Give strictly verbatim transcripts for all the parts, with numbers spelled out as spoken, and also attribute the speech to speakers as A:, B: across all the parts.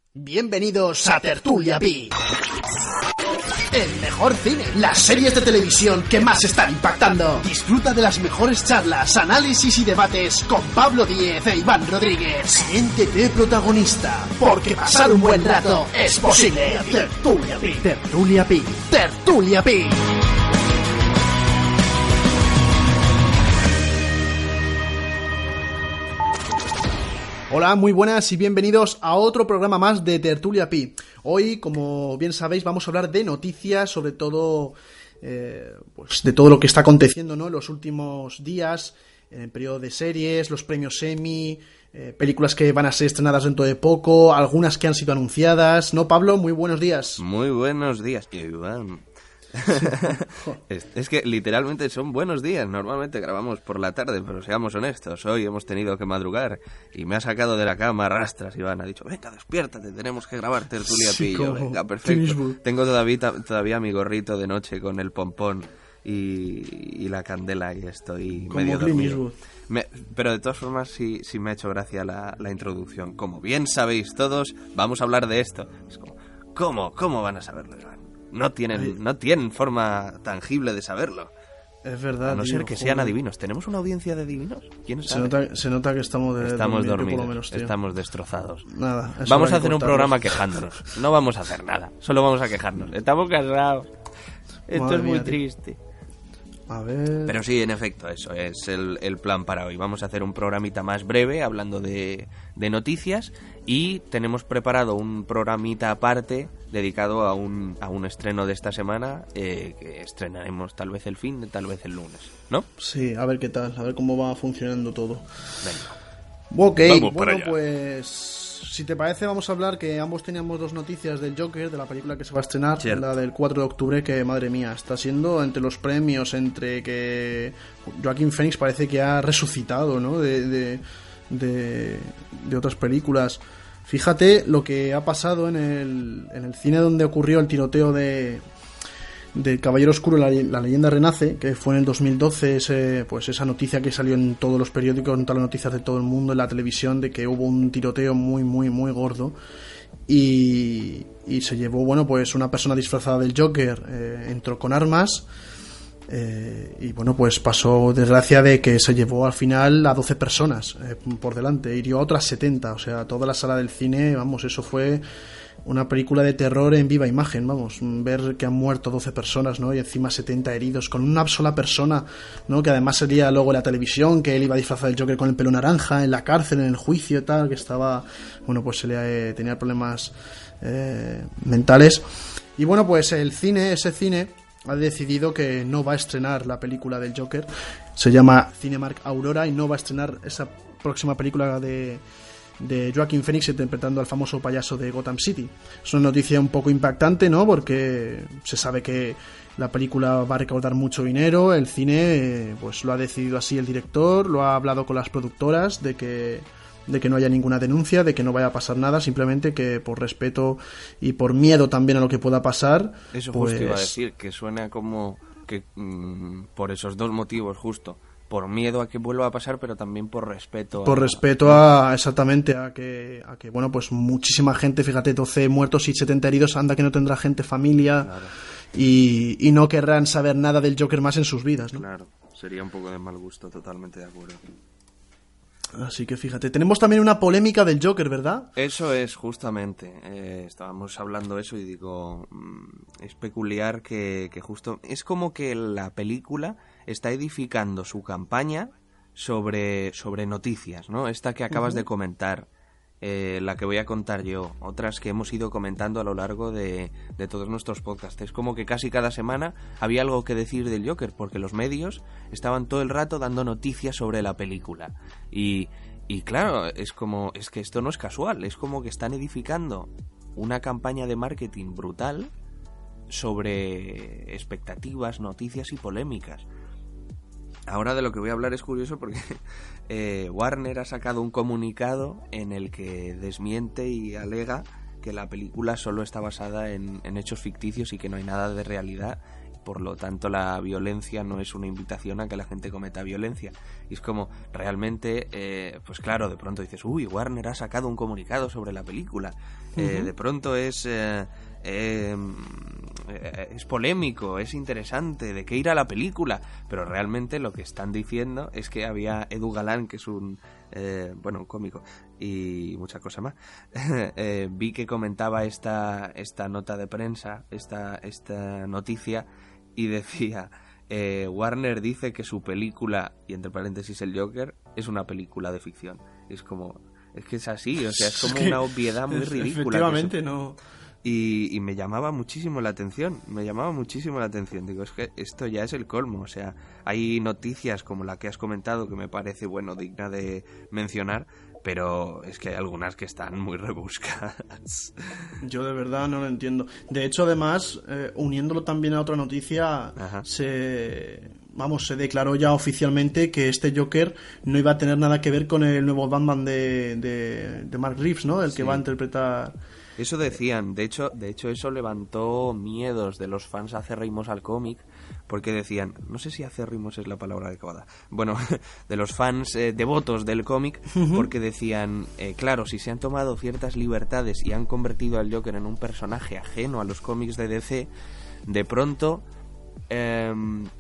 A: Bienvenidos a Tertulia Pi. El mejor cine, las series de televisión que más están impactando. Disfruta de las mejores charlas, análisis y debates con Pablo Díez e Iván Rodríguez. Siéntete protagonista, porque pasar un buen rato es posible. Tertulia Pi. Tertulia Pi. Tertulia Pi. Hola, muy buenas y bienvenidos a otro programa más de Tertulia Pi. Hoy, como bien sabéis, vamos a hablar de noticias, sobre todo eh, pues de todo lo que está aconteciendo, ¿no?, en los últimos días, en el periodo de series, los premios Emmy, eh, películas que van a ser estrenadas dentro de poco, algunas que han sido anunciadas, ¿no, Pablo? Muy buenos días.
B: Muy buenos días, Iván. es, es que literalmente son buenos días. Normalmente grabamos por la tarde, pero seamos honestos, hoy hemos tenido que madrugar y me ha sacado de la cama a rastras. Iván ha dicho: venga, despiértate, tenemos que grabar Tertulia Pi. Sí, venga, perfecto. Tengo todavía, todavía mi gorrito de noche con el pompón y, y la candela y estoy como medio dormido. Me, pero de todas formas sí, sí me ha hecho gracia la, la introducción. Como bien sabéis todos, vamos a hablar de esto. Es como, ¿cómo? ¿Cómo van a saberlo, Iván? No tienen, no tienen forma tangible de saberlo.
A: Es verdad.
B: A no
A: tío,
B: ser que
A: joder.
B: sean adivinos. ¿Tenemos una audiencia de adivinos? ¿Quién sabe?
A: Se nota, se nota que estamos, de,
B: estamos dormidos,
A: por lo menos,
B: estamos destrozados.
A: Nada.
B: Vamos a hacer un programa quejándonos. No vamos a hacer nada. Solo vamos a quejarnos. Estamos cansados. Esto
A: Madre
B: es muy
A: mía,
B: triste.
A: A ver...
B: Pero sí, en efecto, eso es el, el plan para hoy. Vamos a hacer un programita más breve hablando de, de noticias y tenemos preparado un programita aparte dedicado a un, a un estreno de esta semana eh, que estrenaremos tal vez el fin de tal vez el lunes, ¿no?
A: Sí, a ver qué tal, a ver cómo va funcionando todo.
B: Venga.
A: Ok,
B: vamos
A: bueno,
B: allá.
A: Pues si te parece vamos a hablar que ambos teníamos dos noticias del Joker, de la película que se va a estrenar,
B: Cierto.
A: La del cuatro de octubre, que madre mía, está siendo entre los premios, entre que Joaquin Phoenix parece que ha resucitado, ¿no?, de, de, de, de otras películas. Fíjate lo que ha pasado en el, en el cine donde ocurrió el tiroteo de del Caballero Oscuro, la, la leyenda renace, que fue en el dos mil doce, ese, pues esa noticia que salió en todos los periódicos, en todas las noticias de todo el mundo, en la televisión, de que hubo un tiroteo muy, muy, muy gordo y, y se llevó, bueno, pues una persona disfrazada del Joker, eh, entró con armas eh, y bueno, pues pasó desgracia de que se llevó al final a doce personas eh, por delante, hirió a otras setenta, o sea, toda la sala del cine, vamos, eso fue una película de terror en viva imagen, vamos, ver que han muerto doce personas, ¿no?, y encima setenta heridos, con una sola persona, ¿no?, que además salía luego en la televisión, que él iba disfrazado del Joker con el pelo naranja, en la cárcel, en el juicio y tal, que estaba, bueno, pues se le eh, tenía problemas eh, mentales, y bueno, pues el cine, ese cine ha decidido que no va a estrenar la película del Joker, se llama Cinemark Aurora, y no va a estrenar esa próxima película de de Joaquin Phoenix interpretando al famoso payaso de Gotham City. Es una noticia un poco impactante, ¿no?, porque se sabe que la película va a recaudar mucho dinero, el cine eh, pues lo ha decidido así el director, lo ha hablado con las productoras de que de que no haya ninguna denuncia, de que no vaya a pasar nada, simplemente que por respeto y por miedo también a lo que pueda pasar.
B: Eso
A: pues...
B: justo iba a decir, que suena como que mmm, por esos dos motivos justo, por miedo a que vuelva a pasar, pero también por respeto.
A: Por
B: a...
A: respeto a, exactamente, a que, a que, bueno, pues muchísima gente, fíjate, doce muertos y setenta heridos, anda que no tendrá gente, familia, claro. y, y no querrán saber nada del Joker más en sus vidas, ¿no?
B: Claro, sería un poco de mal gusto, totalmente de acuerdo.
A: Así que fíjate, tenemos también una polémica del Joker, ¿verdad?
B: Eso es, justamente, eh, estábamos hablando eso y digo, mmm, es peculiar que, que justo, es como que la película está edificando su campaña sobre, sobre noticias, ¿no? Esta que acabas uh-huh. de comentar, eh, la que voy a contar yo, otras que hemos ido comentando a lo largo de, de todos nuestros podcasts. Es como que casi cada semana había algo que decir del Joker, porque los medios estaban todo el rato dando noticias sobre la película. Y, y claro, es como, es que esto no es casual, es como que están edificando una campaña de marketing brutal sobre expectativas, noticias y polémicas. Ahora de lo que voy a hablar es curioso porque eh, Warner ha sacado un comunicado en el que desmiente y alega que la película solo está basada en, en hechos ficticios y que no hay nada de realidad por lo tanto la violencia no es una invitación a que la gente cometa violencia. Y es como, realmente, eh, pues claro, de pronto dices, uy, Warner ha sacado un comunicado sobre la película. Uh-huh. Eh, de pronto es... Eh, eh, es polémico, es interesante, de qué ir a la película, pero realmente lo que están diciendo es que había Edu Galán, que es un eh, bueno, un cómico y mucha cosa más. eh, vi que comentaba esta esta nota de prensa, esta esta noticia, y decía eh, Warner dice que su película, y entre paréntesis el Joker, es una película de ficción. Es como, es que es así, o sea, es como es una obviedad muy ridícula.
A: Efectivamente, no.
B: Y, y me llamaba muchísimo la atención, me llamaba muchísimo la atención. Digo, es que esto ya es el colmo. O sea, hay noticias como la que has comentado que me parece, bueno, digna de mencionar, pero es que hay algunas que están muy rebuscadas.
A: Yo de verdad no lo entiendo. De hecho, además, eh, uniéndolo también a otra noticia, Ajá. se... Vamos, se declaró ya oficialmente que este Joker no iba a tener nada que ver con el nuevo Batman de, de, de Mark Reeves, ¿no? El que sí. va a interpretar...
B: Eso decían, de hecho, de hecho eso levantó miedos de los fans acérrimos al cómic, porque decían, no sé si acérrimos es la palabra adecuada, bueno, de los fans eh, devotos del cómic, uh-huh. porque decían, eh, claro, si se han tomado ciertas libertades y han convertido al Joker en un personaje ajeno a los cómics de D C, de pronto eh,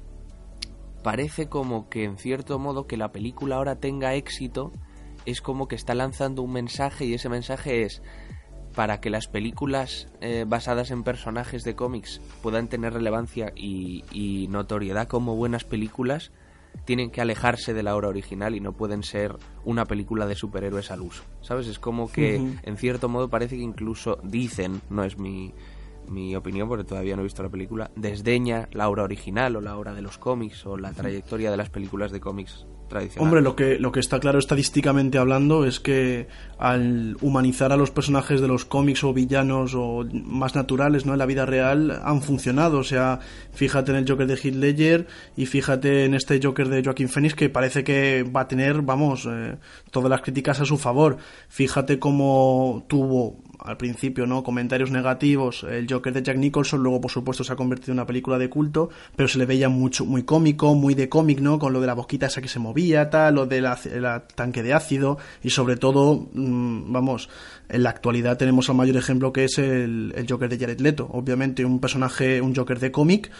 B: parece como que en cierto modo que la película ahora tenga éxito, es como que está lanzando un mensaje, y ese mensaje es: para que las películas eh, basadas en personajes de cómics puedan tener relevancia y, y notoriedad como buenas películas, tienen que alejarse de la obra original y no pueden ser una película de superhéroes al uso, ¿sabes? Es como que, uh-huh. en cierto modo, parece que incluso dicen, no es mi, mi opinión porque todavía no he visto la película, desdeña la obra original o la obra de los cómics o la trayectoria de las películas de cómics tradicionales.
A: Hombre, lo que, lo que está claro estadísticamente hablando es que al humanizar a los personajes de los cómics o villanos o más naturales, ¿no?, en la vida real, han funcionado. O sea, fíjate en el Joker de Heath Ledger y fíjate en este Joker de Joaquin Phoenix, que parece que va a tener, vamos, eh, todas las críticas a su favor. Fíjate cómo tuvo al principio, ¿no?, comentarios negativos el Joker de Jack Nicholson, luego por supuesto se ha convertido en una película de culto, pero se le veía mucho, muy cómico, muy de cómic, ¿no?, con lo de la boquita esa que se movía, tal, lo del tanque de ácido, y sobre todo, mmm, vamos, en la actualidad tenemos al mayor ejemplo, que es el, el Joker de Jared Leto, obviamente un personaje, un Joker de cómic.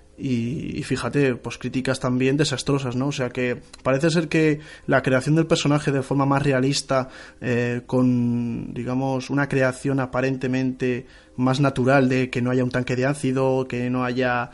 A: Y, y fíjate, pues críticas también desastrosas, ¿no? O sea que parece ser que la creación del personaje de forma más realista, eh, con, digamos, una creación aparentemente más natural, de que no haya un tanque de ácido, que no haya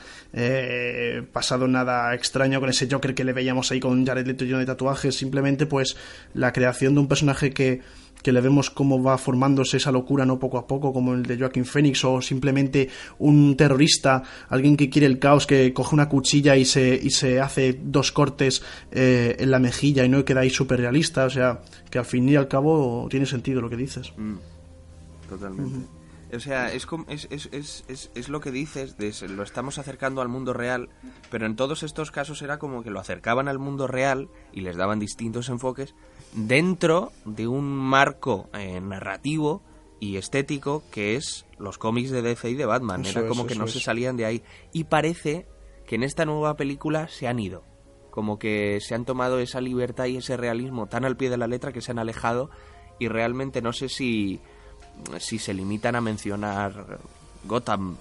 A: eh, pasado nada extraño con ese Joker que le veíamos ahí con Jared Leto lleno de tatuajes, simplemente pues la creación de un personaje que que le vemos cómo va formándose esa locura, no poco a poco, como el de Joaquin Phoenix, o simplemente un terrorista, alguien que quiere el caos, que coge una cuchilla y se y se hace dos cortes eh, en la mejilla y no queda ahí súper realista. O sea, que al fin y al cabo tiene sentido lo que dices.
B: Mm, totalmente. Uh-huh. O sea, es, es, es, es, es, es lo que dices, de, lo estamos acercando al mundo real, pero en todos estos casos era como que lo acercaban al mundo real y les daban distintos enfoques dentro de un marco eh, narrativo y estético que es los cómics de D C y de Batman. Eso Era como es, que no es. se salían de ahí. Y parece que en esta nueva película se han ido. Como que se han tomado esa libertad y ese realismo tan al pie de la letra que se han alejado, y realmente no sé si, si se limitan a mencionar Gotham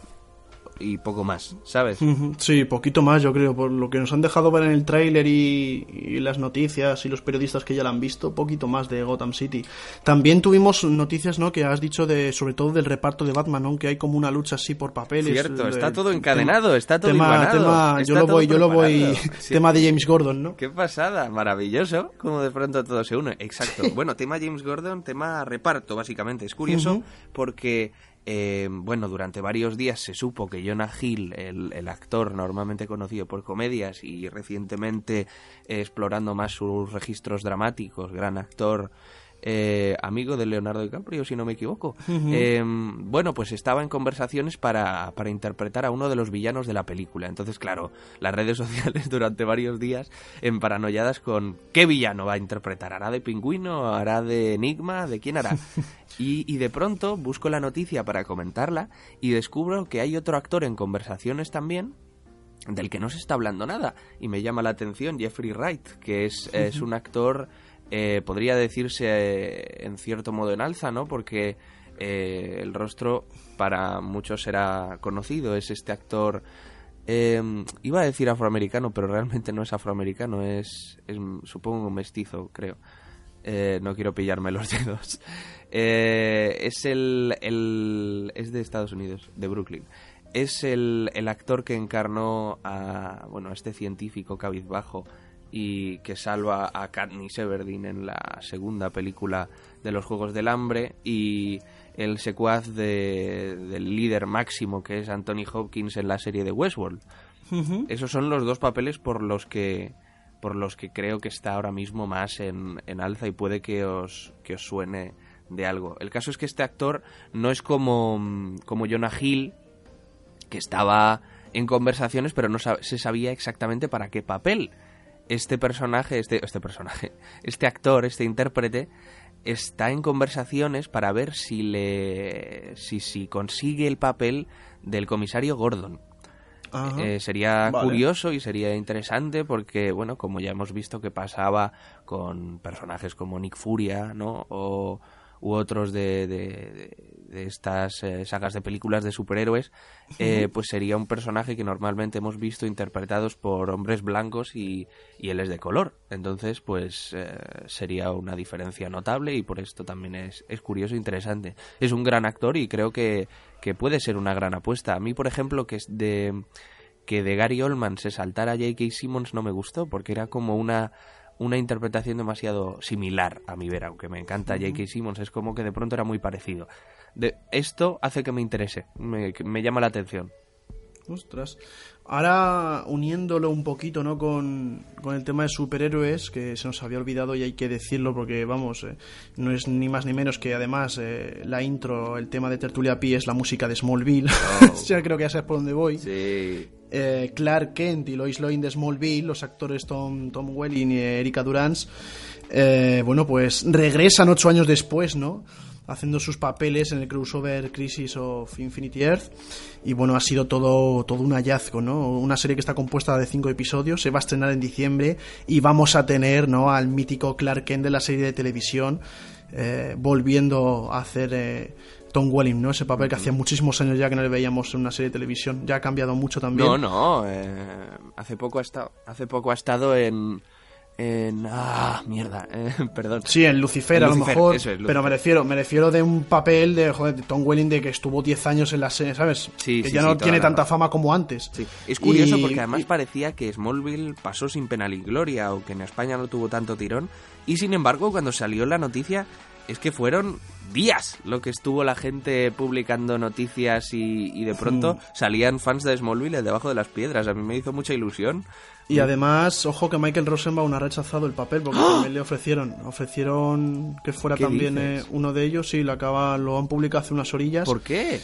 B: y poco más, ¿sabes?
A: Sí, poquito más, yo creo, por lo que nos han dejado ver en el tráiler y, y las noticias y los periodistas que ya la han visto, poquito más de Gotham City. También tuvimos noticias, ¿no?, que has dicho de, sobre todo del reparto de Batman, ¿no?, que hay como una lucha así por papeles.
B: Cierto,
A: de,
B: está todo encadenado,
A: tema,
B: está todo
A: tema,
B: encadenado.
A: Tema, yo lo voy, yo lo voy, sí. Tema de James Gordon, ¿no?
B: Qué pasada, maravilloso, como de pronto todo se une. Exacto. Sí. Bueno, tema James Gordon, tema reparto, básicamente. Es curioso uh-huh. porque Eh, bueno, durante varios días se supo que Jonah Hill, el, el actor normalmente conocido por comedias y recientemente eh, explorando más sus registros dramáticos, gran actor, eh, amigo de Leonardo DiCaprio, si no me equivoco, uh-huh. eh, bueno, pues estaba en conversaciones para, para interpretar a uno de los villanos de la película. Entonces, claro, las redes sociales durante varios días emparanoiadas con ¿qué villano va a interpretar? ¿Hará de Pingüino? ¿Hará de Enigma? ¿De quién hará? Y, y de pronto busco la noticia para comentarla y descubro que hay otro actor en conversaciones también, del que no se está hablando nada, y me llama la atención Jeffrey Wright, que es, es un actor, eh, podría decirse eh, en cierto modo en alza, ¿no? Porque eh, el rostro para muchos será conocido, es este actor, eh, iba a decir afroamericano, pero realmente no es afroamericano, es, es supongo mestizo, creo. Eh, no quiero pillarme los dedos. Eh, es el, el es de Estados Unidos, de Brooklyn. Es el, el actor que encarnó a, bueno, a este científico cabizbajo y que salva a Katniss Everdeen en la segunda película de los Juegos del Hambre, y el secuaz de, del líder máximo, que es Anthony Hopkins en la serie de Westworld. Uh-huh. Esos son los dos papeles por los que por los que creo que está ahora mismo más en, en alza, y puede que os, que os suene de algo. El caso es que este actor no es como, como Jonah Hill, que estaba en conversaciones pero no sab- se sabía exactamente para qué papel. Este personaje, este, este personaje, este actor, este intérprete, está en conversaciones para ver si le si, si consigue el papel del comisario Gordon. Eh, sería vale. curioso y sería interesante porque, bueno, como ya hemos visto que pasaba con personajes como Nick Furia, ¿no? O u otros de, de, de estas eh, sagas de películas de superhéroes, eh, pues sería un personaje que normalmente hemos visto interpretados por hombres blancos y, y él es de color. Entonces, pues eh, sería una diferencia notable, y por esto también es, es curioso e interesante. Es un gran actor y creo que, que puede ser una gran apuesta. A mí, por ejemplo, que es de que de Gary Oldman se saltara a J K. Simmons no me gustó, porque era como una... una interpretación demasiado similar a mi ver, aunque me encanta uh-huh. J K. Simmons, es como que de pronto era muy parecido. De, esto hace que me interese, me, me llama la atención.
A: Ostras. Ahora, uniéndolo un poquito, ¿no? Con, con el tema de superhéroes, que se nos había olvidado y hay que decirlo porque, vamos, eh, no es ni más ni menos que, además, eh, la intro, el tema de Tertulia Pi es la música de Smallville. Oh. Ya creo que ya sabes por dónde voy.
B: Sí.
A: Eh, Clark Kent y Lois Lane de Smallville, los actores Tom, Tom Welling y Erika Durance, eh, bueno, pues regresan ocho años después, ¿no? Haciendo sus papeles en el crossover Crisis of Infinity Earth, y bueno, ha sido todo, todo un hallazgo, ¿no? Una serie que está compuesta de cinco episodios, se va a estrenar en diciembre y vamos a tener, ¿no?, al mítico Clark Kent de la serie de televisión eh, volviendo a hacer eh, Tom Welling, ¿no? Ese papel que hacía muchísimos años ya que no le veíamos en una serie de televisión. Ya ha cambiado mucho también.
B: No, no, eh, hace poco ha estado, hace poco ha estado en En... Ah, mierda, eh, perdón.
A: Sí, en Lucifer,
B: en
A: a
B: Lucifer,
A: lo mejor,
B: eso es,
A: pero me refiero me refiero de un papel de, joder, de Tom Welling, de que estuvo diez años en la serie, ¿sabes?
B: Sí,
A: que
B: sí,
A: ya no
B: sí,
A: tiene tanta
B: razón.
A: fama como antes.
B: Sí. Es curioso
A: y,
B: porque además
A: y...
B: parecía que Smallville pasó sin pena ni gloria, aunque en España no tuvo tanto tirón, y sin embargo cuando salió la noticia es que fueron días lo que estuvo la gente publicando noticias y, y de pronto mm. salían fans de Smallville debajo de las piedras. A mí me hizo mucha ilusión.
A: Y además, ojo que Michael Rosenbaum ha rechazado el papel porque ¡oh! también le ofrecieron ofrecieron que fuera también eh, uno de ellos. Sí, lo, acaba, lo han publicado hace unas orillas.
B: ¿Por qué?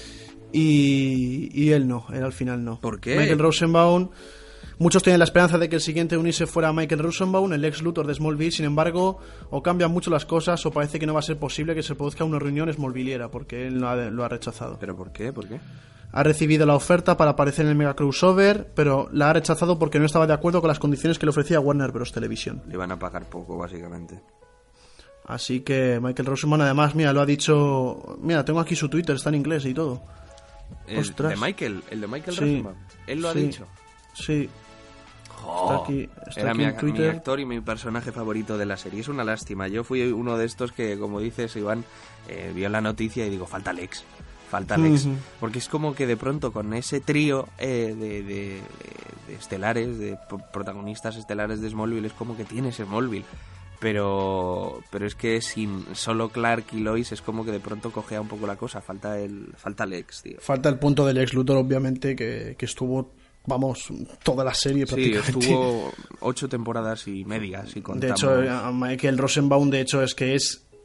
A: Y, y él no, él al final no.
B: ¿Por qué?
A: Michael Rosenbaum... Muchos tienen la esperanza de que el siguiente a unirse fuera Michael Rosenbaum, el ex Luthor de Smallville. Sin embargo, o cambian mucho las cosas o parece que no va a ser posible que se produzca una reunión smallvilleera, porque él lo ha, lo ha rechazado.
B: ¿Pero por qué? ¿Por qué?
A: Ha recibido la oferta para aparecer en el Mega Crossover, pero la ha rechazado porque no estaba de acuerdo con las condiciones que le ofrecía Warner Bros. Televisión.
B: Le van a pagar poco, básicamente.
A: Así que Michael Rosenbaum, además, mira, lo ha dicho... Mira, tengo aquí su Twitter, está en inglés y todo.
B: El
A: Ostras.
B: de Michael, el de Michael
A: sí,
B: Rosenbaum. Él lo
A: sí,
B: ha dicho.
A: Sí.
B: Oh,
A: está aquí, está
B: era
A: aquí
B: mi,
A: en Twitter.
B: mi actor y mi personaje favorito de la serie. Es una lástima. Yo fui uno de estos que, como dices, Iván, eh, vio la noticia y digo, falta Lex. Falta Lex. Uh-huh. Porque es como que de pronto con ese trío eh, de, de, de estelares, de protagonistas estelares de Smallville, es como que tienes Smallville. Pero pero es que sin solo Clark y Lois es como que de pronto cogea un poco la cosa. Falta el falta Lex, tío.
A: Falta el punto del Lex Luthor, obviamente, que, que estuvo... Vamos, toda la serie prácticamente.
B: Sí, estuvo ocho temporadas y media, si contamos.
A: De hecho, Michael Rosenbaum, de hecho, es que es, es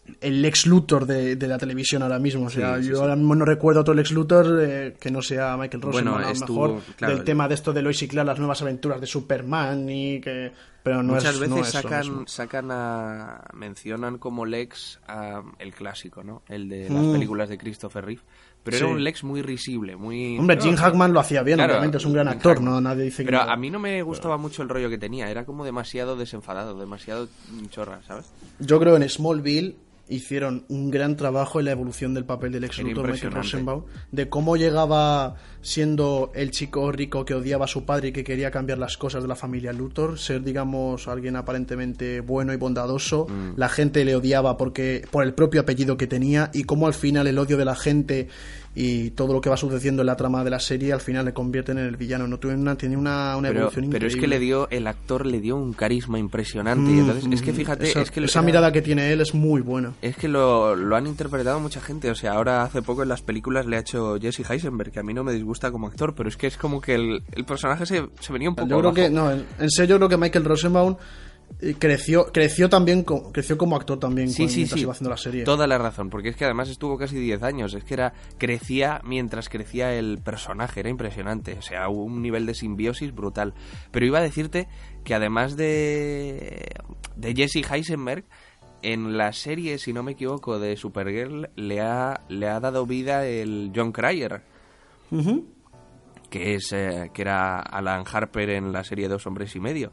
A: el Lex Luthor de, de la televisión ahora mismo. O sea,
B: Sí, sí,
A: yo
B: sí.
A: ahora mismo no recuerdo otro Lex Luthor eh, que no sea Michael Rosenbaum,
B: Bueno,
A: a lo
B: estuvo,
A: mejor
B: claro,
A: del tema de esto de Lois y Clark, las nuevas aventuras de Superman y que... Pero no
B: muchas
A: es,
B: veces
A: no es lo
B: sacan
A: mismo.
B: sacan a mencionan como Lex a el clásico, ¿no? El de las
A: Mm.
B: películas de Christopher Reeve, pero
A: Sí.
B: era un Lex muy risible, muy
A: Hombre,
B: no,
A: Jim
B: sí.
A: Hackman lo hacía bien,
B: Claro,
A: obviamente, es un gran
B: Jim
A: actor,
B: Hackman.
A: no nadie dice que
B: Pero
A: no.
B: a mí no me gustaba mucho el rollo que tenía, era como demasiado desenfadado, demasiado chorra, ¿sabes?
A: Yo creo en Smallville hicieron un gran trabajo en la evolución del papel del ex
B: Era
A: Luthor Michael
B: impresionante.
A: Rosenbaum, de cómo llegaba siendo el chico rico que odiaba a su padre y que quería cambiar las cosas de la familia Luthor, ser, digamos, alguien aparentemente bueno y bondadoso.
B: Mm.
A: La gente le odiaba porque por el propio apellido que tenía, y cómo al final el odio de la gente y todo lo que va sucediendo en la trama de la serie al final le convierten en el villano. No tiene una, tiene una, una
B: Pero,
A: evolución
B: pero
A: increíble.
B: es que le dio, el actor le dio un carisma impresionante. Y entonces, es que fíjate,
A: esa,
B: es que
A: esa
B: era-
A: mirada que tiene él es muy buena.
B: Es que lo, lo han interpretado mucha gente. O sea, ahora hace poco en las películas le ha hecho Jesse Eisenberg, que a mí no me disgusta como actor, pero es que es como que el, el personaje se, se venía un poco
A: Yo creo
B: abajo.
A: que, no, en, en serio, yo creo que Michael Rosenbaum eh, creció creció también co- creció como actor también
B: Sí,
A: cuando,
B: sí,
A: mientras
B: sí.
A: iba haciendo la serie.
B: Toda la razón, porque es que además estuvo casi diez años. Es que era crecía mientras crecía el personaje, era impresionante. O sea, hubo un nivel de simbiosis brutal. Pero iba a decirte que además de, de Jesse Eisenberg, en la serie, si no me equivoco, de Supergirl, le ha, le ha dado vida el John Cryer,
A: Ujú.
B: que es eh, que era Alan Harper en la serie Dos Hombres y Medio.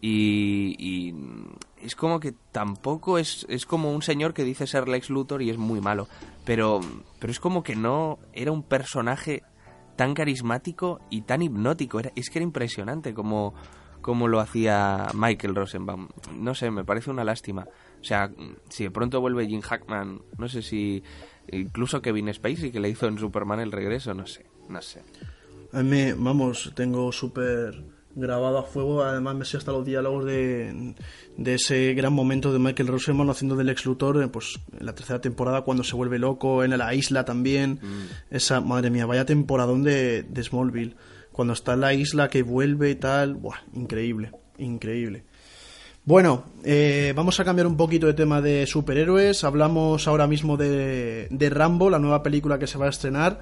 B: Y, y es como que tampoco es, es como un señor que dice ser Lex Luthor y es muy malo, pero, pero es como que no era un personaje tan carismático y tan hipnótico. Era, es que era impresionante como, como lo hacía Michael Rosenbaum. No sé, me parece una lástima. O sea, si de pronto vuelve Jim Hackman, no sé si incluso Kevin Spacey, que le hizo en Superman el regreso, no sé, no sé.
A: A mí, vamos, tengo súper grabado a fuego, además me sé hasta los diálogos de, de ese gran momento de Michael Rosenbaum haciendo del Lex Luthor, eh, pues en la tercera temporada cuando se vuelve loco, en la isla también, mm. esa, madre mía, vaya temporadón de, de Smallville, cuando está en la isla que vuelve y tal, buah, increíble, increíble. Bueno, eh, vamos a cambiar un poquito de tema de superhéroes, hablamos ahora mismo de, de Rambo, la nueva película que se va a estrenar,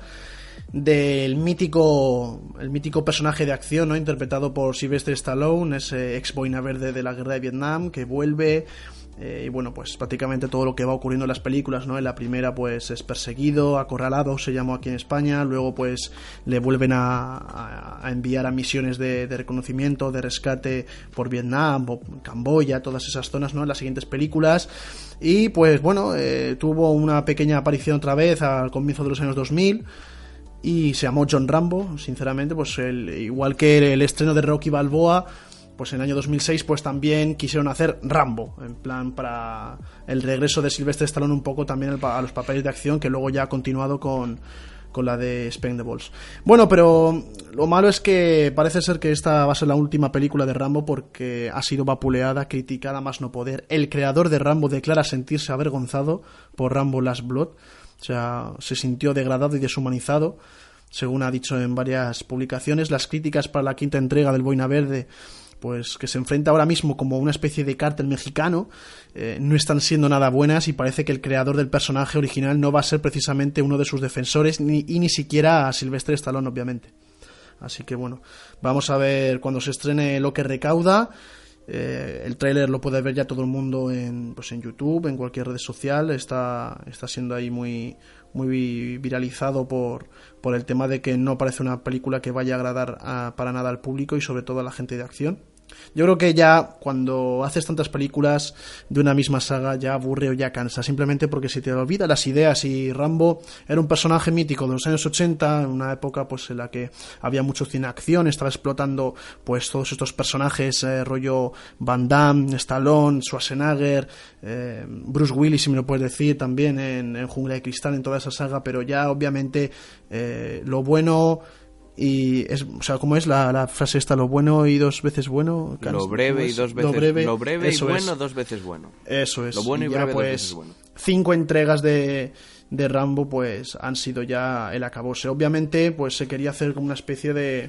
A: del mítico el mítico personaje de acción, ¿no?, interpretado por Sylvester Stallone, ese ex boina verde de la guerra de Vietnam que vuelve, eh, y bueno, pues prácticamente todo lo que va ocurriendo en las películas, ¿no? En la primera pues es perseguido, acorralado, se llamó aquí en España, luego pues le vuelven a, a, a enviar a misiones de, de reconocimiento, de rescate por Vietnam o Camboya, todas esas zonas, ¿no?, en las siguientes películas. Y pues bueno, eh, tuvo una pequeña aparición otra vez al comienzo de los años dos mil y se llamó John Rambo. Sinceramente, pues el, igual que el, el estreno de Rocky Balboa, pues en el año dos mil seis pues también quisieron hacer Rambo, en plan para el regreso de Sylvester Stallone un poco también a los papeles de acción, que luego ya ha continuado con, con la de Expendables. Bueno, pero lo malo es que parece ser que esta va a ser la última película de Rambo, porque ha sido vapuleada, criticada más no poder. El creador de Rambo declara sentirse avergonzado por Rambo Last Blood. O sea, se sintió degradado y deshumanizado, según ha dicho en varias publicaciones. Las críticas para la quinta entrega del Boina Verde, pues que se enfrenta ahora mismo como una especie de cártel mexicano, eh, no están siendo nada buenas, y parece que el creador del personaje original no va a ser precisamente uno de sus defensores, ni, y ni siquiera a Sylvester Stallone, obviamente. Así que bueno, vamos a ver cuando se estrene lo que recauda. Eh, el tráiler lo puede ver ya todo el mundo en, pues en YouTube, en cualquier red social. Está, está siendo ahí muy, muy viralizado por, por el tema de que no parece una película que vaya a agradar a, para nada al público y sobre todo a la gente de acción. Yo creo que ya cuando haces tantas películas de una misma saga ya aburre o ya cansa, simplemente porque se te olvidan las ideas. Y Rambo era un personaje mítico de los años ochenta, en una época pues en la que había mucho cine de acción, estaba explotando pues todos estos personajes, eh, rollo Van Damme, Stallone, Schwarzenegger, eh, Bruce Willis, si me lo puedes decir, también en, en Jungla de Cristal, en toda esa saga. Pero ya obviamente eh, lo bueno... Y es, o sea, ¿cómo es la, la frase esta? Lo bueno y dos veces bueno.
B: Lo breve y dos veces
A: lo breve,
B: lo breve y bueno,
A: es.
B: dos veces bueno.
A: Eso es.
B: Lo bueno y, y
A: ya,
B: breve
A: pues,
B: dos veces bueno.
A: Cinco entregas de, de Rambo pues han sido ya el acabose. Obviamente pues se quería hacer como una especie de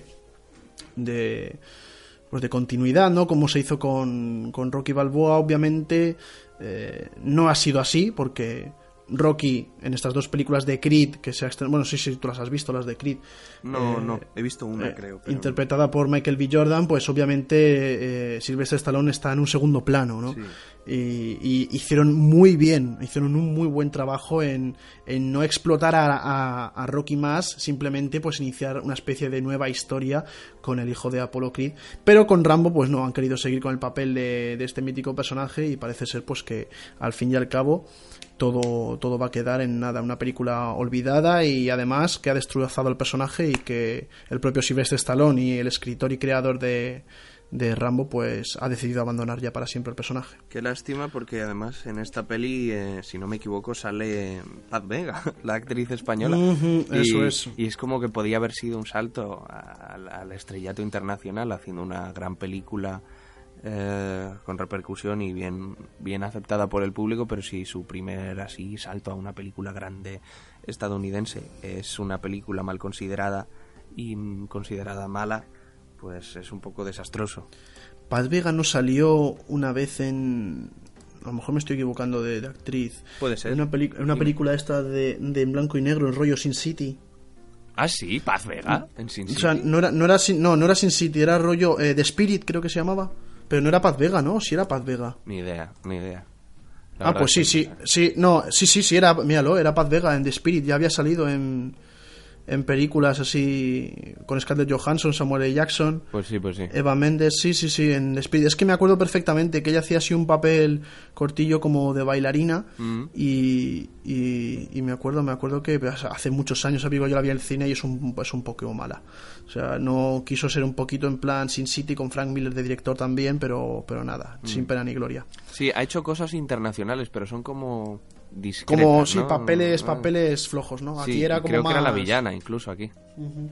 A: de pues de continuidad, ¿no? Como se hizo con, con Rocky Balboa. Obviamente eh, no ha sido así, porque Rocky, en estas dos películas de Creed, que se ha estrenado, bueno, sí, sí, tú las has visto, las de Creed.
B: No,
A: eh,
B: no, he visto una,
A: eh,
B: creo. Pero...
A: interpretada por Michael B. Jordan, pues obviamente eh, Sylvester Stallone está en un segundo plano, ¿no?
B: Sí.
A: Y, y hicieron muy bien, hicieron un muy buen trabajo en, en no explotar a, a, a Rocky más, simplemente pues iniciar una especie de nueva historia con el hijo de Apollo Creed, pero con Rambo pues no, han querido seguir con el papel de, de este mítico personaje, y parece ser pues que al fin y al cabo todo, todo va a quedar en nada, una película olvidada, y además que ha destrozado el personaje, y que el propio Sylvester Stallone y el escritor y creador de de Rambo pues ha decidido abandonar ya para siempre el personaje.
B: Qué lástima, porque además en esta peli, eh, si no me equivoco, sale Paz Vega, la actriz española.
A: Uh-huh,
B: y,
A: eso es.
B: Y es como que podía haber sido un salto al, al estrellato internacional, haciendo una gran película eh, con repercusión y bien, bien aceptada por el público, pero si su primer así salto a una película grande estadounidense es una película mal considerada y mm, considerada mala, pues es un poco desastroso.
A: Paz Vega no salió una vez en... A lo mejor me estoy equivocando de, de actriz.
B: Puede ser.
A: En una, peli... una película esta de, de en blanco y negro, el rollo Sin City.
B: Ah, sí, Paz Vega, en Sin City.
A: O sea, no era, no era, sin... no, no era Sin City, era rollo eh, The Spirit, creo que se llamaba. Pero no era Paz Vega, ¿no? Sí era Paz Vega.
B: Ni idea, ni idea. La
A: ah, pues sí, sí, sí, no, sí, sí, sí, era, míralo, era Paz Vega en The Spirit, ya había salido en... en películas así con Scarlett Johansson, Samuel L. Jackson,
B: pues sí, pues sí.
A: Eva Méndez, sí, sí, sí, en Spirit. Es que me acuerdo perfectamente que ella hacía así un papel cortillo como de bailarina, mm. y, y, y me acuerdo, me acuerdo que hace muchos años, amigo, yo la vi en el cine y es un, es un poco mala. O sea, no quiso ser un poquito en plan Sin City, con Frank Miller de director también, pero, pero nada, mm. sin pena ni gloria.
B: Sí, ha hecho cosas internacionales, pero son como... discretas,
A: como sí,
B: ¿no?
A: papeles papeles flojos, ¿no? Aquí
B: sí,
A: era como
B: creo
A: más...
B: que era la villana incluso aquí.
A: Uh-huh.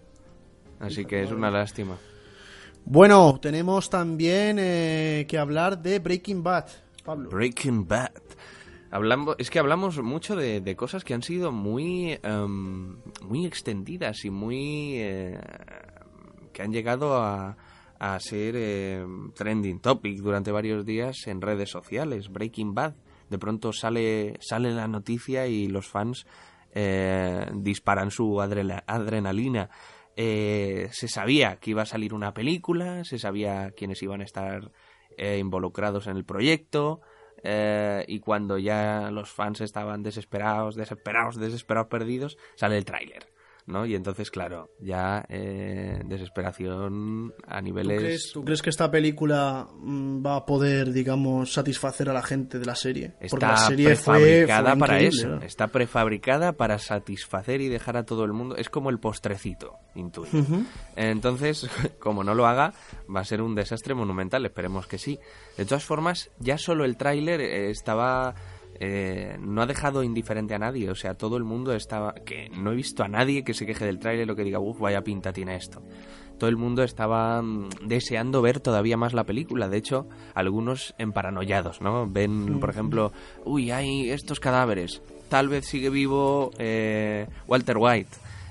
B: Así sí, que es una lástima.
A: Bueno, tenemos también eh, que hablar de Breaking Bad, Pablo.
B: Breaking Bad. Hablamos, es que hablamos mucho de, de cosas que han sido muy um, muy extendidas y muy eh, que han llegado a, a ser eh, trending topic durante varios días en redes sociales. Breaking Bad. De pronto sale sale la noticia y los fans eh, disparan su adrela, adrenalina. Eh, se sabía que iba a salir una película, se sabía quiénes iban a estar eh, involucrados en el proyecto, eh, y cuando ya los fans estaban desesperados, desesperados, desesperados, perdidos, sale el tráiler, ¿no? Y entonces, claro, ya eh, desesperación a niveles...
A: ¿Tú crees, ¿Tú crees que esta película mmm, va a poder, digamos, satisfacer a la gente de la serie?
B: Está
A: porque la serie
B: prefabricada
A: fue, fue
B: para eso,
A: ¿no?
B: Está prefabricada para satisfacer y dejar a todo el mundo... Es como el postrecito, intuyo. Uh-huh. Entonces, como no lo haga, va a ser un desastre monumental, esperemos que sí. De todas formas, ya solo el tráiler eh, estaba... Eh, no ha dejado indiferente a nadie, o sea, todo el mundo estaba, que no he visto a nadie que se queje del tráiler o que diga, uff, vaya pinta tiene esto. Todo el mundo estaba mm, deseando ver todavía más la película, de hecho, algunos emparanoiados, ¿no? Ven, por ejemplo, uy, hay estos cadáveres, tal vez sigue vivo eh, Walter White.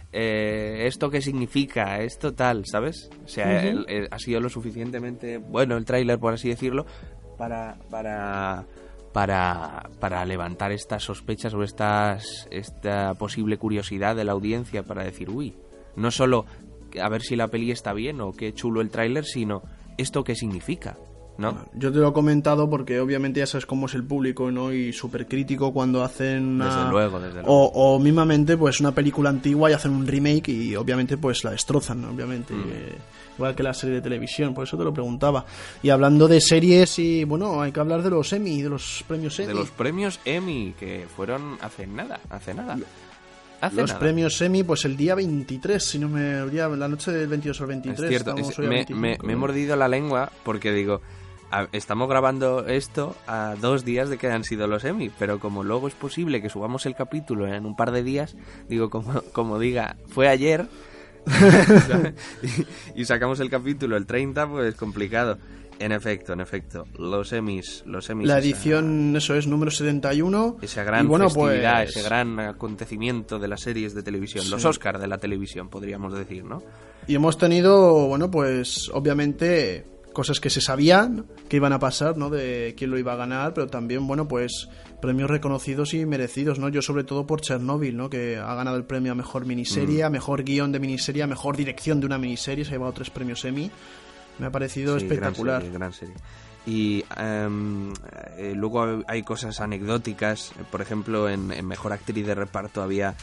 B: Eh, ¿Esto qué significa? Esto tal, ¿sabes? O sea, uh-huh. el, el, ha sido lo suficientemente bueno el tráiler, por así decirlo, para... para Para, para levantar estas sospechas o estas, esta posible curiosidad de la audiencia para decir, uy, no solo a ver si la peli está bien o qué chulo el tráiler, sino esto qué significa, ¿no?
A: Yo te lo he comentado porque obviamente ya sabes cómo es el público, ¿no? Y súper crítico cuando hacen una...
B: Desde luego, desde luego.
A: O, o mismamente pues una película antigua y hacen un remake y obviamente pues la destrozan, ¿no? Obviamente... Mm. Eh, igual que la serie de televisión, por eso te lo preguntaba. Y hablando de series, y bueno, hay que hablar de los Emmy, de los premios Emmy.
B: De los premios Emmy, que fueron hace nada, hace nada. Hace
A: los
B: nada.
A: premios Emmy, pues el día veintitrés, si no me... la noche del veintidós al veintitrés.
B: Es cierto, es, me, me, me he mordido la lengua porque digo, a, estamos grabando esto a dos días de que han sido los Emmy, pero como luego es posible que subamos el capítulo en un par de días, digo, como, como diga, fue ayer... y, y sacamos el capítulo el treinta, pues complicado. En efecto, en efecto, los Emmys, los Emmys
A: la edición, esa, eso es, número setenta y uno.
B: Esa gran
A: y bueno,
B: festividad,
A: pues...
B: ese gran acontecimiento de las series de televisión, sí. Los Oscars de la televisión, podríamos decir, ¿no?
A: Y hemos tenido, bueno, pues obviamente cosas que se sabían que iban a pasar, ¿no? De quién lo iba a ganar, pero también, bueno, pues premios reconocidos y merecidos, ¿no? Yo sobre todo por Chernobyl, ¿no? Que ha ganado el premio a mejor miniserie, mm. a mejor guión de miniserie, a mejor dirección de una miniserie, se ha llevado tres premios Emmy. Me ha parecido
B: sí,
A: espectacular.
B: Gran serie, gran serie. Y um, eh, luego hay cosas anecdóticas, por ejemplo, en, en mejor actriz de reparto había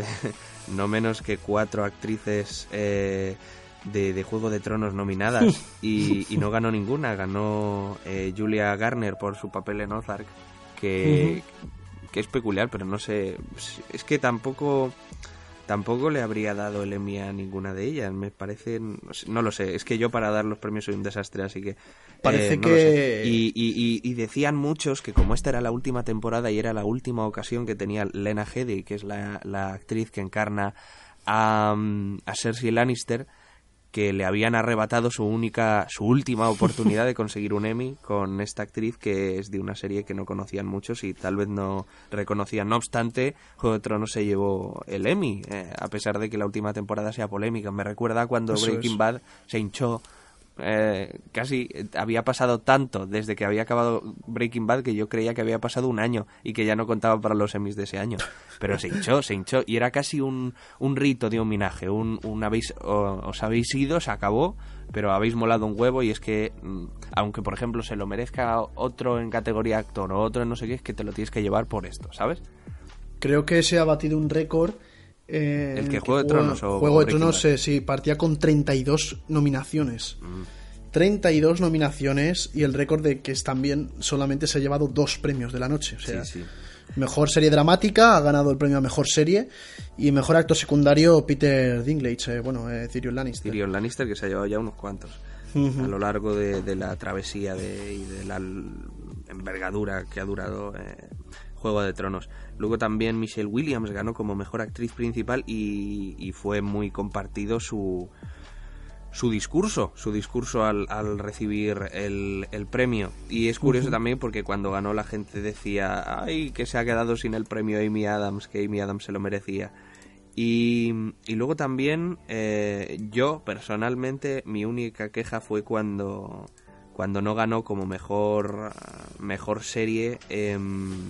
B: no menos que cuatro actrices eh, de, de Juego de Tronos nominadas y, y no ganó ninguna. Ganó eh, Julia Garner por su papel en Ozark, que, uh-huh. que es peculiar, pero no sé, es que tampoco tampoco le habría dado el Emmy a ninguna de ellas, me parece, no, sé, no lo sé, es que yo para dar los premios soy un desastre, así que
A: parece
B: eh, no
A: que
B: lo sé. Y, y, y, y decían muchos que como esta era la última temporada y era la última ocasión que tenía Lena Headey, que es la, la actriz que encarna a, a Cersei Lannister, que le habían arrebatado su única, su última oportunidad de conseguir un Emmy con esta actriz, que es de una serie que no conocían muchos y tal vez no reconocían. No obstante, Juego de Tronos se llevó el Emmy, eh, a pesar de que la última temporada sea polémica. Me recuerda cuando Eso Breaking es. Bad se hinchó. Eh, casi había pasado tanto desde que había acabado Breaking Bad que yo creía que había pasado un año y que ya no contaba para los Emmys de ese año, pero se hinchó, se hinchó y era casi un, un rito de homenaje, un, un habéis, o, os habéis ido, se acabó, pero habéis molado un huevo y es que aunque por ejemplo se lo merezca otro en categoría actor o otro en no sé qué, es que te lo tienes que llevar por esto, ¿sabes?
A: Creo que se ha batido un récord. Eh,
B: el que Juego de Tronos o
A: Juego de Tronos eh, sí, partía con treinta y dos nominaciones. Mm. treinta y dos nominaciones y el récord de que también solamente se ha llevado dos premios de la noche. O sea,
B: sí, sí.
A: Mejor serie dramática, ha ganado el premio a mejor serie, y mejor actor secundario Peter Dinklage, eh, bueno, eh, Tyrion Lannister.
B: Tyrion Lannister, que se ha llevado ya unos cuantos uh-huh. a lo largo de, de la travesía de, y de la envergadura que ha durado eh, Juego de Tronos. Luego también Michelle Williams ganó como mejor actriz principal y, y fue muy compartido su su discurso, su discurso al, al recibir el, el premio. Y es curioso uh-huh. también porque cuando ganó la gente decía, ay, que se ha quedado sin el premio Amy Adams, que Amy Adams se lo merecía. Y, y luego también eh, yo personalmente mi única queja fue cuando cuando no ganó como mejor mejor serie eh,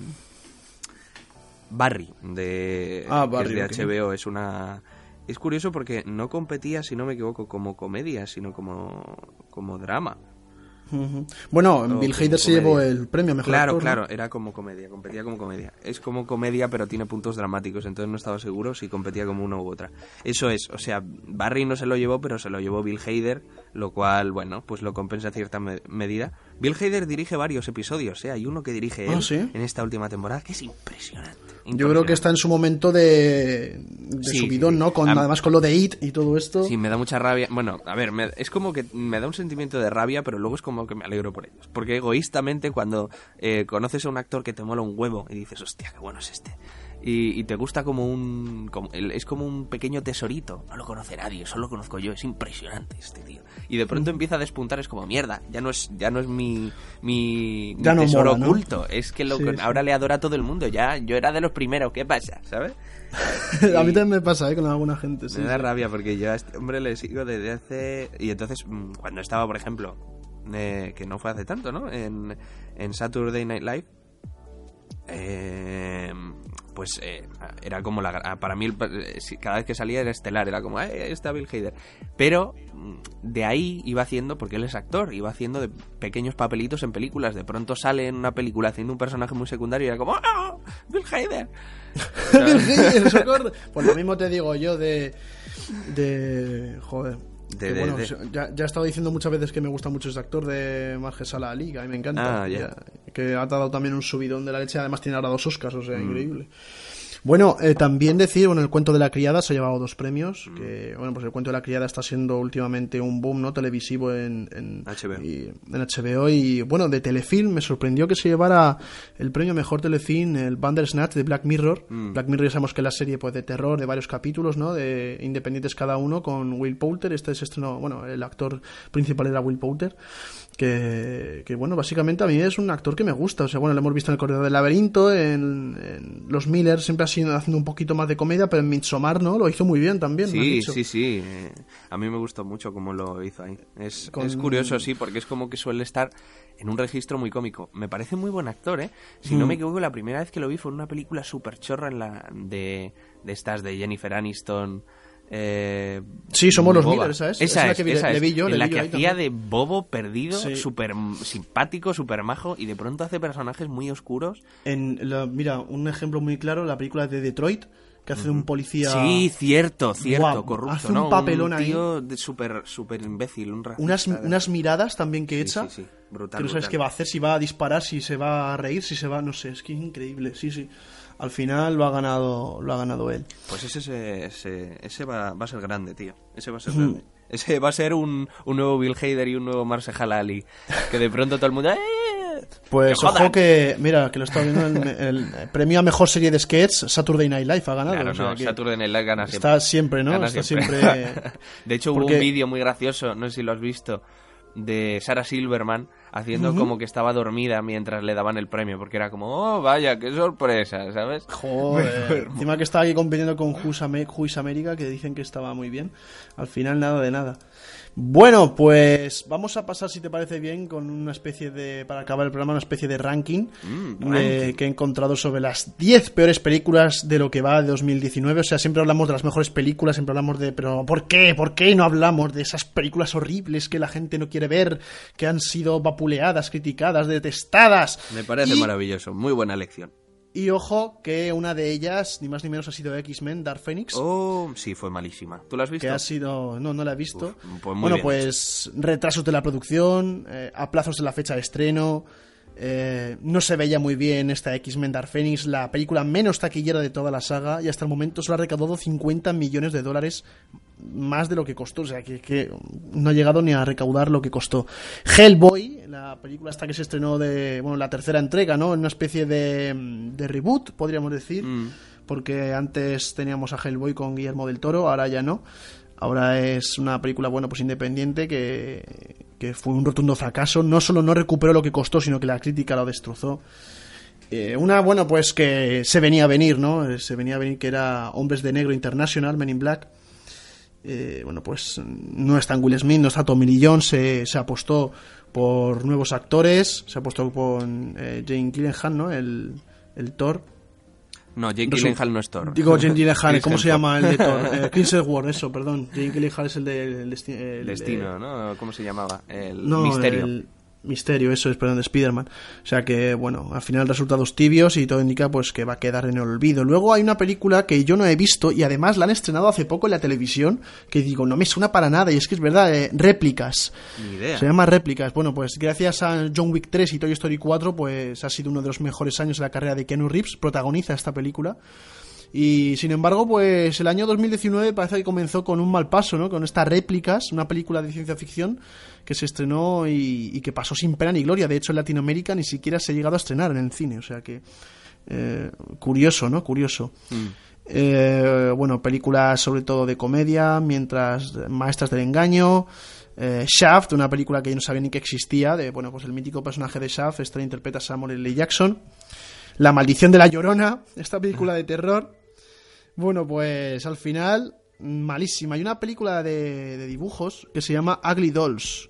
B: Barry de,
A: ah, Barry,
B: de
A: okay.
B: H B O. Es una es curioso porque no competía, si no me equivoco, como comedia, sino como como drama.
A: Uh-huh. Bueno, no, Bill Hader se llevó el premio a mejor
B: claro,
A: actor,
B: claro,
A: ¿no?
B: Era como comedia, competía como comedia. Es como comedia, pero tiene puntos dramáticos, entonces no estaba seguro si competía como una u otra. Eso es, o sea, Barry no se lo llevó, pero se lo llevó Bill Hader, lo cual, bueno, pues lo compensa a cierta me- medida. Bill Hader dirige varios episodios, ¿eh? Hay uno que dirige él
A: ¿Ah, sí?
B: en esta última temporada que es impresionante.
A: Yo creo que está en su momento de, de
B: sí,
A: subidón,
B: sí, sí.
A: ¿no? Con,
B: Am-
A: además con lo de It y todo esto.
B: Sí, me da mucha rabia. Bueno, a ver, me, es como que me da un sentimiento de rabia, pero luego es como que me alegro por ellos. Porque egoístamente cuando eh, conoces a un actor que te mola un huevo y dices, hostia, qué bueno es este. Y, y te gusta como un... Como, es como un pequeño tesorito. No lo conoce nadie, solo lo conozco yo. Es impresionante este tío. Y de pronto mm. empieza a despuntar, es como, mierda, ya no es ya no es mi, mi, mi
A: no
B: tesoro
A: mola, ¿no?
B: oculto. Es que lo, sí, ahora sí. le adora a todo el mundo. Ya, yo era de los primeros, ¿qué pasa? ¿Sabes?
A: Y a mí también me pasa, ¿eh? Con alguna gente. Sí,
B: me da
A: sí.
B: rabia porque yo a este hombre le sigo desde hace... Y entonces, cuando estaba, por ejemplo, eh, que no fue hace tanto, ¿no? En, en Saturday Night Live, eh, pues eh, era como la... Para mí, cada vez que salía era estelar, era como, eh, está Bill Hader. Pero de ahí iba haciendo, porque él es actor, iba haciendo de pequeños papelitos en películas. De pronto sale en una película haciendo un personaje muy secundario y era como, ¡oh, Bill Hader!
A: Bill Hader, socorro. Pues lo mismo te digo yo de... de joder...
B: De,
A: que,
B: de,
A: bueno,
B: de...
A: Ya, ya he estado diciendo muchas veces que me gusta mucho ese actor de Mahershala Ali, que a mí me encanta.
B: Ah, yeah.
A: ya, que ha dado también un subidón de la leche. Además tiene ahora dos Oscars, o sea, mm. increíble. Bueno, eh, también decir, bueno, el cuento de la criada se ha llevado dos premios, mm. que, bueno, pues el cuento de la criada está siendo últimamente un boom, ¿no? Televisivo en, en,
B: H B O.
A: Y, en H B O y, bueno, de telefilm me sorprendió que se llevara el premio mejor telefilm, el Bandersnatch de Black Mirror. Mm. Black Mirror ya sabemos que es la serie, pues, de terror de varios capítulos, ¿no? De independientes cada uno, con Will Poulter. Este es estreno, bueno, el actor principal era Will Poulter. Que, que, bueno, básicamente a mí es un actor que me gusta. O sea, bueno, lo hemos visto en El Corredor del Laberinto, en, en Los Miller, siempre ha sido haciendo, haciendo un poquito más de comedia, pero en Midsommar, ¿no? Lo hizo muy bien también.
B: Sí, sí, sí. Eh, a mí me gustó mucho cómo lo hizo ahí. Es, Con... es curioso, sí, porque es como que suele estar en un registro muy cómico. Me parece muy buen actor, ¿eh? Si mm. no me equivoco, la primera vez que lo vi fue en una película súper chorra en la de, de estas de Jennifer Aniston... Eh,
A: sí, somos los Miller, ¿sabes?
B: Esa, esa es, la que, vi,
A: esa
B: le
A: vi yo,
B: en
A: le
B: la
A: vi
B: que
A: yo
B: hacía
A: también.
B: de bobo perdido,
A: sí.
B: súper simpático, súper majo, y de pronto hace personajes muy oscuros.
A: En la, mira, un ejemplo muy claro, la película de Detroit, que hace de un policía...
B: Sí, cierto, cierto,
A: Guau,
B: corrupto,
A: hace un
B: ¿no?
A: papelón
B: un tío
A: ahí.
B: súper súper imbécil, un racista.
A: Unas, unas miradas también que echa,
B: sí, sí, sí. Brutal,
A: que no sabes
B: brutal.
A: qué va a hacer, si va a disparar, si se va a reír, si se va... No sé, es que es increíble, sí, sí. Al final lo ha ganado lo ha ganado él.
B: Pues ese ese, ese, ese va, va a ser grande, tío. Ese va a ser mm. grande. Ese va a ser un, un nuevo Bill Hader y un nuevo Mahershala Ali. Que de pronto todo el mundo... ¡Eh!
A: Pues que ojo que... Mira, que lo estaba viendo en el, el premio a mejor serie de sketch, Saturday Night Live ha ganado.
B: Claro,
A: o sea,
B: no, Saturday Night Live gana siempre.
A: Está siempre, ¿no?
B: Gana
A: está
B: siempre.
A: siempre...
B: De hecho, hubo
A: Porque...
B: un vídeo muy gracioso, no sé si lo has visto, de Sarah Silverman haciendo uh-huh. como que estaba dormida mientras le daban el premio, porque era como, oh, vaya, qué sorpresa, ¿sabes?
A: Joder, encima que estaba aquí compitiendo con Who's America, que dicen que estaba muy bien, al final nada de nada. Bueno, pues vamos a pasar, si te parece bien, con una especie de, para acabar el programa, una especie de ranking,
B: mm,
A: de,
B: ranking.
A: que he encontrado sobre las diez peores películas de lo que va de dos mil diecinueve. O sea, siempre hablamos de las mejores películas, siempre hablamos de, pero ¿por qué? ¿Por qué no hablamos de esas películas horribles que la gente no quiere ver, que han sido vapuleadas, criticadas, detestadas?
B: Me parece
A: y...
B: maravilloso, muy buena lección.
A: Y ojo, que una de ellas, ni más ni menos, ha sido X-Men, Dark Phoenix.
B: Oh, sí, fue malísima. ¿Tú la has visto?
A: Que ha sido... No, no la he visto.
B: Uf, pues muy
A: bueno,
B: bien
A: pues
B: hecho.
A: Retrasos de la producción, eh, aplazos de la fecha de estreno, eh, no se veía muy bien esta X-Men Dark Phoenix, la película menos taquillera de toda la saga, y hasta el momento solo ha recaudado cincuenta millones de dólares, más de lo que costó, o sea, que, que no ha llegado ni a recaudar lo que costó. Hellboy, la película esta que se estrenó de, bueno, la tercera entrega, ¿no? En una especie de, de reboot, podríamos decir, mm. porque antes teníamos a Hellboy con Guillermo del Toro, ahora ya no. Ahora es una película, bueno, pues independiente que, que fue un rotundo fracaso. No solo no recuperó lo que costó, sino que la crítica lo destrozó. Eh, una, bueno, pues que se venía a venir, ¿no? Se venía a venir que era Hombres de Negro International, Men in Black. Eh, bueno, pues no está en Will Smith, no está Tommy Lee Jones, se, se apostó por nuevos actores, se apostó por eh, Jane Gyllenhaal, ¿no? El, el Thor.
B: No, Jake Gyllenhaal no es Thor.
A: Digo Jake Gyllenhaal, ¿cómo se llama el de Thor? Eh, Chris Hemsworth, eso, perdón. Jake Gyllenhaal es el de... El desti- el,
B: Destino,
A: el,
B: ¿no? ¿Cómo se llamaba? El
A: no,
B: Misterio.
A: El Misterio, eso es, perdón, de Spider-Man. O sea que, bueno, al final resultados tibios y todo indica pues que va a quedar en el olvido. Luego hay una película que yo no he visto y además la han estrenado hace poco en la televisión, que digo, no me suena para nada, y es que es verdad, eh, Réplicas.
B: Ni idea.
A: Se llama Réplicas. Bueno, pues gracias a John Wick tres y Toy Story cuatro, pues ha sido uno de los mejores años de la carrera de Keanu Reeves, protagoniza esta película. Y sin embargo, pues el año dos mil diecinueve parece que comenzó con un mal paso, ¿no? Con estas Réplicas, una película de ciencia ficción que se estrenó y, y que pasó sin pena ni gloria. De hecho, en Latinoamérica ni siquiera se ha llegado a estrenar en el cine. O sea que, eh, curioso, ¿no? Curioso. Mm. Eh, bueno, películas sobre todo de comedia, mientras Maestras del Engaño... Eh, Shaft, una película que yo no sabía ni que existía, de, bueno, pues el mítico personaje de Shaft, este lo interpreta Samuel L. Jackson. La Maldición de la Llorona, esta película de terror. Bueno, pues al final, malísima. Hay una película de, de dibujos que se llama Ugly Dolls.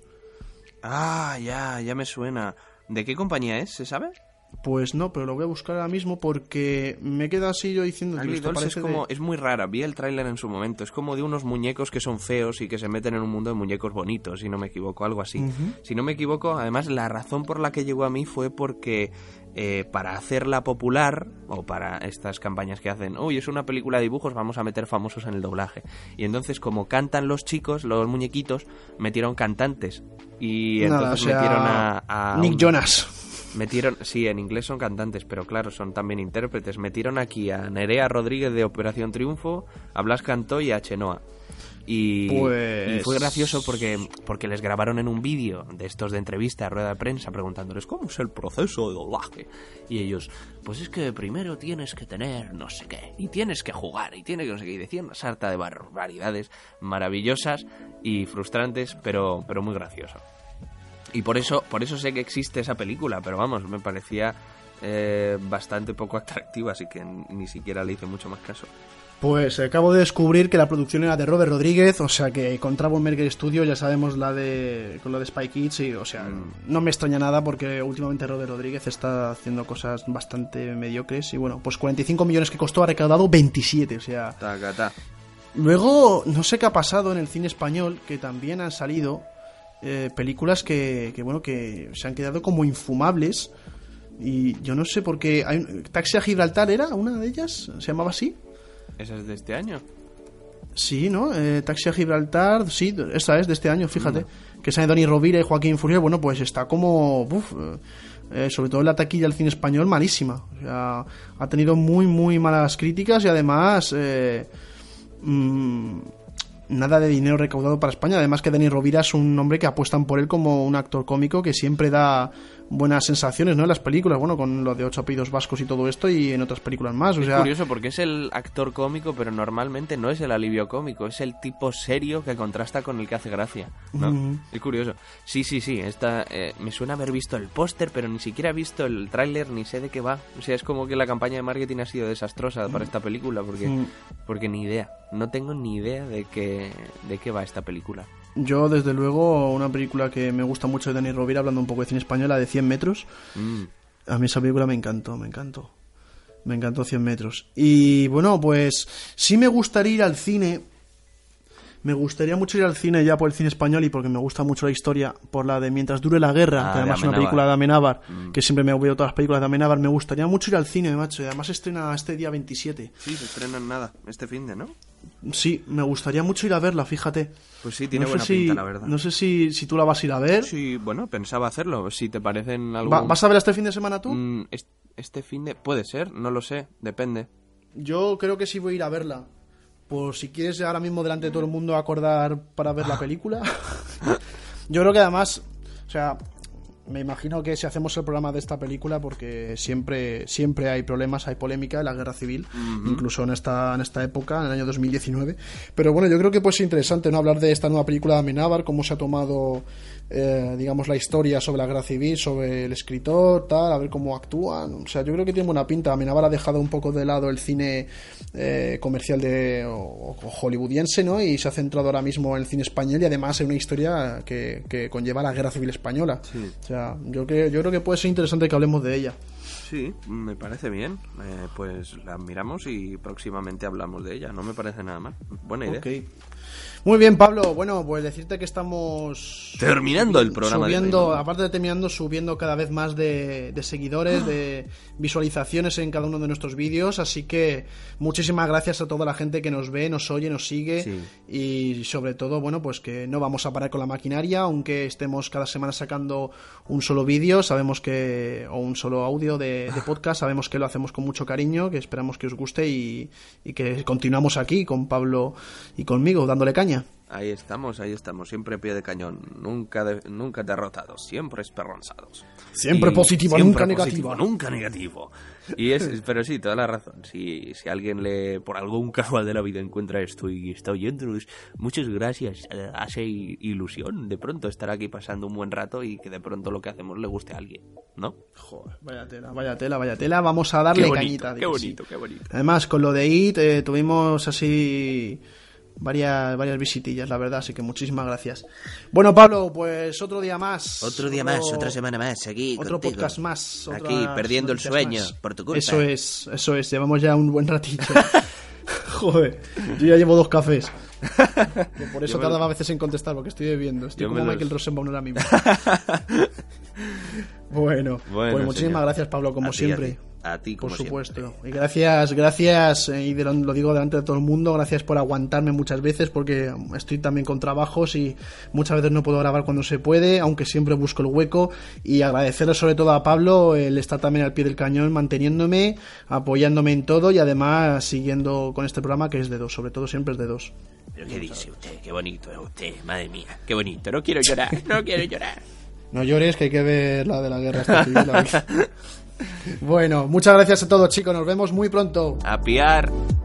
B: Ah, ya, ya me suena. ¿De qué compañía es? ¿Se sabe?
A: Pues no, pero lo voy a buscar ahora mismo porque me he quedado así yo diciendo...
B: Ugly Dolls es como, de... es muy rara, vi el tráiler en su momento, es como de unos muñecos que son feos y que se meten en un mundo de muñecos bonitos, si no me equivoco, algo así. Uh-huh. Si no me equivoco, además la razón por la que llegó a mí fue porque eh, para hacerla popular, o para estas campañas que hacen, uy, es una película de dibujos, vamos a meter famosos en el doblaje. Y entonces como cantan los chicos, los muñequitos, metieron cantantes. Y entonces Nada, o sea, metieron a... a
A: Nick
B: un...
A: Jonas.
B: Metieron, sí, en inglés son cantantes, pero claro, son también intérpretes. Metieron aquí a Nerea Rodríguez de Operación Triunfo, a Blas Cantó y a Chenoa. Y,
A: pues...
B: y fue gracioso porque, porque les grabaron en un vídeo de estos de entrevista, rueda de prensa, preguntándoles cómo es el proceso de doblaje. Y ellos, pues es que primero tienes que tener no sé qué, y tienes que jugar, y tienes que no sé qué. Y decían una sarta de barbaridades maravillosas y frustrantes, pero, pero muy gracioso. Y por eso, por eso sé que existe esa película, pero vamos, me parecía eh, bastante poco atractiva, así que ni siquiera le hice mucho más caso.
A: Pues acabo de descubrir que la producción era de Robert Rodríguez, o sea que con Troublemaker Studio ya sabemos la de con lo de Spy Kids, y o sea, mm. no me extraña nada porque últimamente Robert Rodríguez está haciendo cosas bastante mediocres y bueno, pues cuarenta y cinco millones que costó ha recaudado veintisiete, o sea...
B: Taca, ta.
A: Luego, no sé qué ha pasado en el cine español, que también han salido eh, películas que, que, bueno, que se han quedado como infumables y yo no sé por qué... Hay, Taxi a Gibraltar era una de ellas, ¿se llamaba así?
B: ¿Esa es de este año?
A: Sí, ¿no? Eh, Taxi a Gibraltar, sí, esa es de este año, fíjate. Mm. Que sale Dani Rovira y Joaquín Furriel, bueno, pues está como... Uf, eh, sobre todo en la taquilla del cine español, malísima. O sea, ha tenido muy, muy malas críticas y además... Eh, mmm, nada de dinero recaudado para España. Además que Dani Rovira es un hombre que apuestan por él como un actor cómico que siempre da buenas sensaciones, ¿no? En las películas, bueno, con lo de Ocho apellidos vascos y todo esto y en otras películas más, o
B: es
A: sea...
B: curioso porque es el actor cómico, pero normalmente no es el alivio cómico, es el tipo serio que contrasta con el que hace gracia, ¿no? Mm. Es curioso. Sí, sí, sí, esta, eh, me suena haber visto el póster, pero ni siquiera he visto el tráiler ni sé de qué va. O sea, es como que la campaña de marketing ha sido desastrosa para esta película porque, mm. porque ni idea, no tengo ni idea de qué, de qué va esta película.
A: Yo, desde luego, una película que me gusta mucho de Dani Rovira, hablando un poco de cine español, la de cien metros. Mm. A mí esa película me encantó, me encantó. Me encantó cien metros. Y bueno, pues sí me gustaría ir al cine. Me gustaría mucho ir al cine ya por el cine español y porque me gusta mucho la historia, por la de Mientras dure la guerra, ah, que además es una película de Amenábar, mm. que siempre me he oído todas las películas de Amenábar. Me gustaría mucho ir al cine, macho. Y además se estrena este día veintisiete.
B: Sí, se estrena en nada, este finde, ¿no?
A: Sí, me gustaría mucho ir a verla, fíjate.
B: Pues sí, tiene
A: no
B: buena
A: si,
B: pinta, la verdad.
A: No sé si, si tú la vas a ir a ver.
B: Sí, bueno, pensaba hacerlo, si te parecen algo...
A: ¿Va, ¿Vas a ver este fin de semana tú?
B: Mm, este finde, puede ser, no lo sé, depende.
A: Yo creo que sí voy a ir a verla. Por si quieres ahora mismo delante de todo el mundo acordar para ver la película. Yo creo que además, o sea, me imagino que si hacemos el programa de esta película, porque siempre siempre hay problemas, hay polémica en la guerra civil, uh-huh. incluso en esta en esta época, en el año dos mil diecinueve. Pero bueno, yo creo que puede ser interesante, ¿no? Hablar de esta nueva película de Amenábar, cómo se ha tomado, eh, digamos, la historia sobre la guerra civil, sobre el escritor, tal, a ver cómo actúan. O sea, yo creo que tiene buena pinta. Amenábar ha dejado un poco de lado el cine eh, comercial de o, o hollywoodiense, ¿no? Y se ha centrado ahora mismo en el cine español y además en una historia que, que conlleva la guerra civil española. Sí. O sea, yo, que, yo creo que puede ser interesante que hablemos de ella.
B: Sí, me parece bien. Eh, pues la miramos y próximamente hablamos de ella. No me parece nada mal. Buena idea.
A: Okay. Muy bien, Pablo. Bueno, pues decirte que estamos
B: terminando el programa
A: subiendo,
B: de
A: aparte de terminando, subiendo cada vez más de, de seguidores, de visualizaciones en cada uno de nuestros vídeos, así que muchísimas gracias a toda la gente que nos ve, nos oye, nos sigue, sí. Y sobre todo, bueno, pues que no vamos a parar con la maquinaria, aunque estemos cada semana sacando un solo vídeo, sabemos que o un solo audio de, de podcast, sabemos que lo hacemos con mucho cariño, que esperamos que os guste y, y que continuamos aquí con Pablo y conmigo dándole caña.
B: Ahí estamos, ahí estamos, siempre a pie de cañón, nunca de, nunca derrotados, siempre esperanzados.
A: Siempre y positivo, siempre nunca positivo,
B: negativo. Nunca negativo. Y es, pero sí, toda la razón. Si, si alguien le, por algún casual de la vida encuentra esto y está oyendo, muchas gracias. Hace ilusión de pronto estar aquí pasando un buen rato y que de pronto lo que hacemos le guste a alguien, ¿no?
A: Joder, vaya tela, vaya tela, vaya tela. Vamos a darle
B: qué bonito,
A: cañita.
B: Qué bonito, sí. Qué bonito.
A: Además, con lo de I T eh, tuvimos así... Varias, varias visitillas, la verdad, así que muchísimas gracias. Bueno, Pablo, pues otro día más.
B: Otro día otro, más, otra semana más, aquí
A: Otro
B: contigo.
A: podcast más.
B: Aquí, perdiendo el sueño, más. Por tu culpa.
A: Eso es, eso es, llevamos ya un buen ratillo. Joder, yo ya llevo dos cafés. Que por eso tardaba a veces en contestar, porque estoy bebiendo. Estoy yo como Michael los... Rosenbaum ahora mismo. Bueno, bueno, pues muchísimas señor. Gracias, Pablo, como
B: a ti,
A: siempre.
B: A ti, a ti como
A: por supuesto.
B: Siempre.
A: Y gracias, gracias, y de lo, lo digo delante de todo el mundo, gracias por aguantarme muchas veces, porque estoy también con trabajos y muchas veces no puedo grabar cuando se puede, aunque siempre busco el hueco. Y agradecerle sobre todo a Pablo, él está también al pie del cañón, manteniéndome, apoyándome en todo y además siguiendo con este programa que es de dos, sobre todo siempre es de dos.
B: ¿Pero qué dice usted? Qué bonito es usted, madre mía, qué bonito. No quiero llorar, no quiero llorar.
A: No llores, que hay que ver la de la guerra esta civil. Bueno, muchas gracias a todos, chicos. Nos vemos muy pronto.
B: A piar.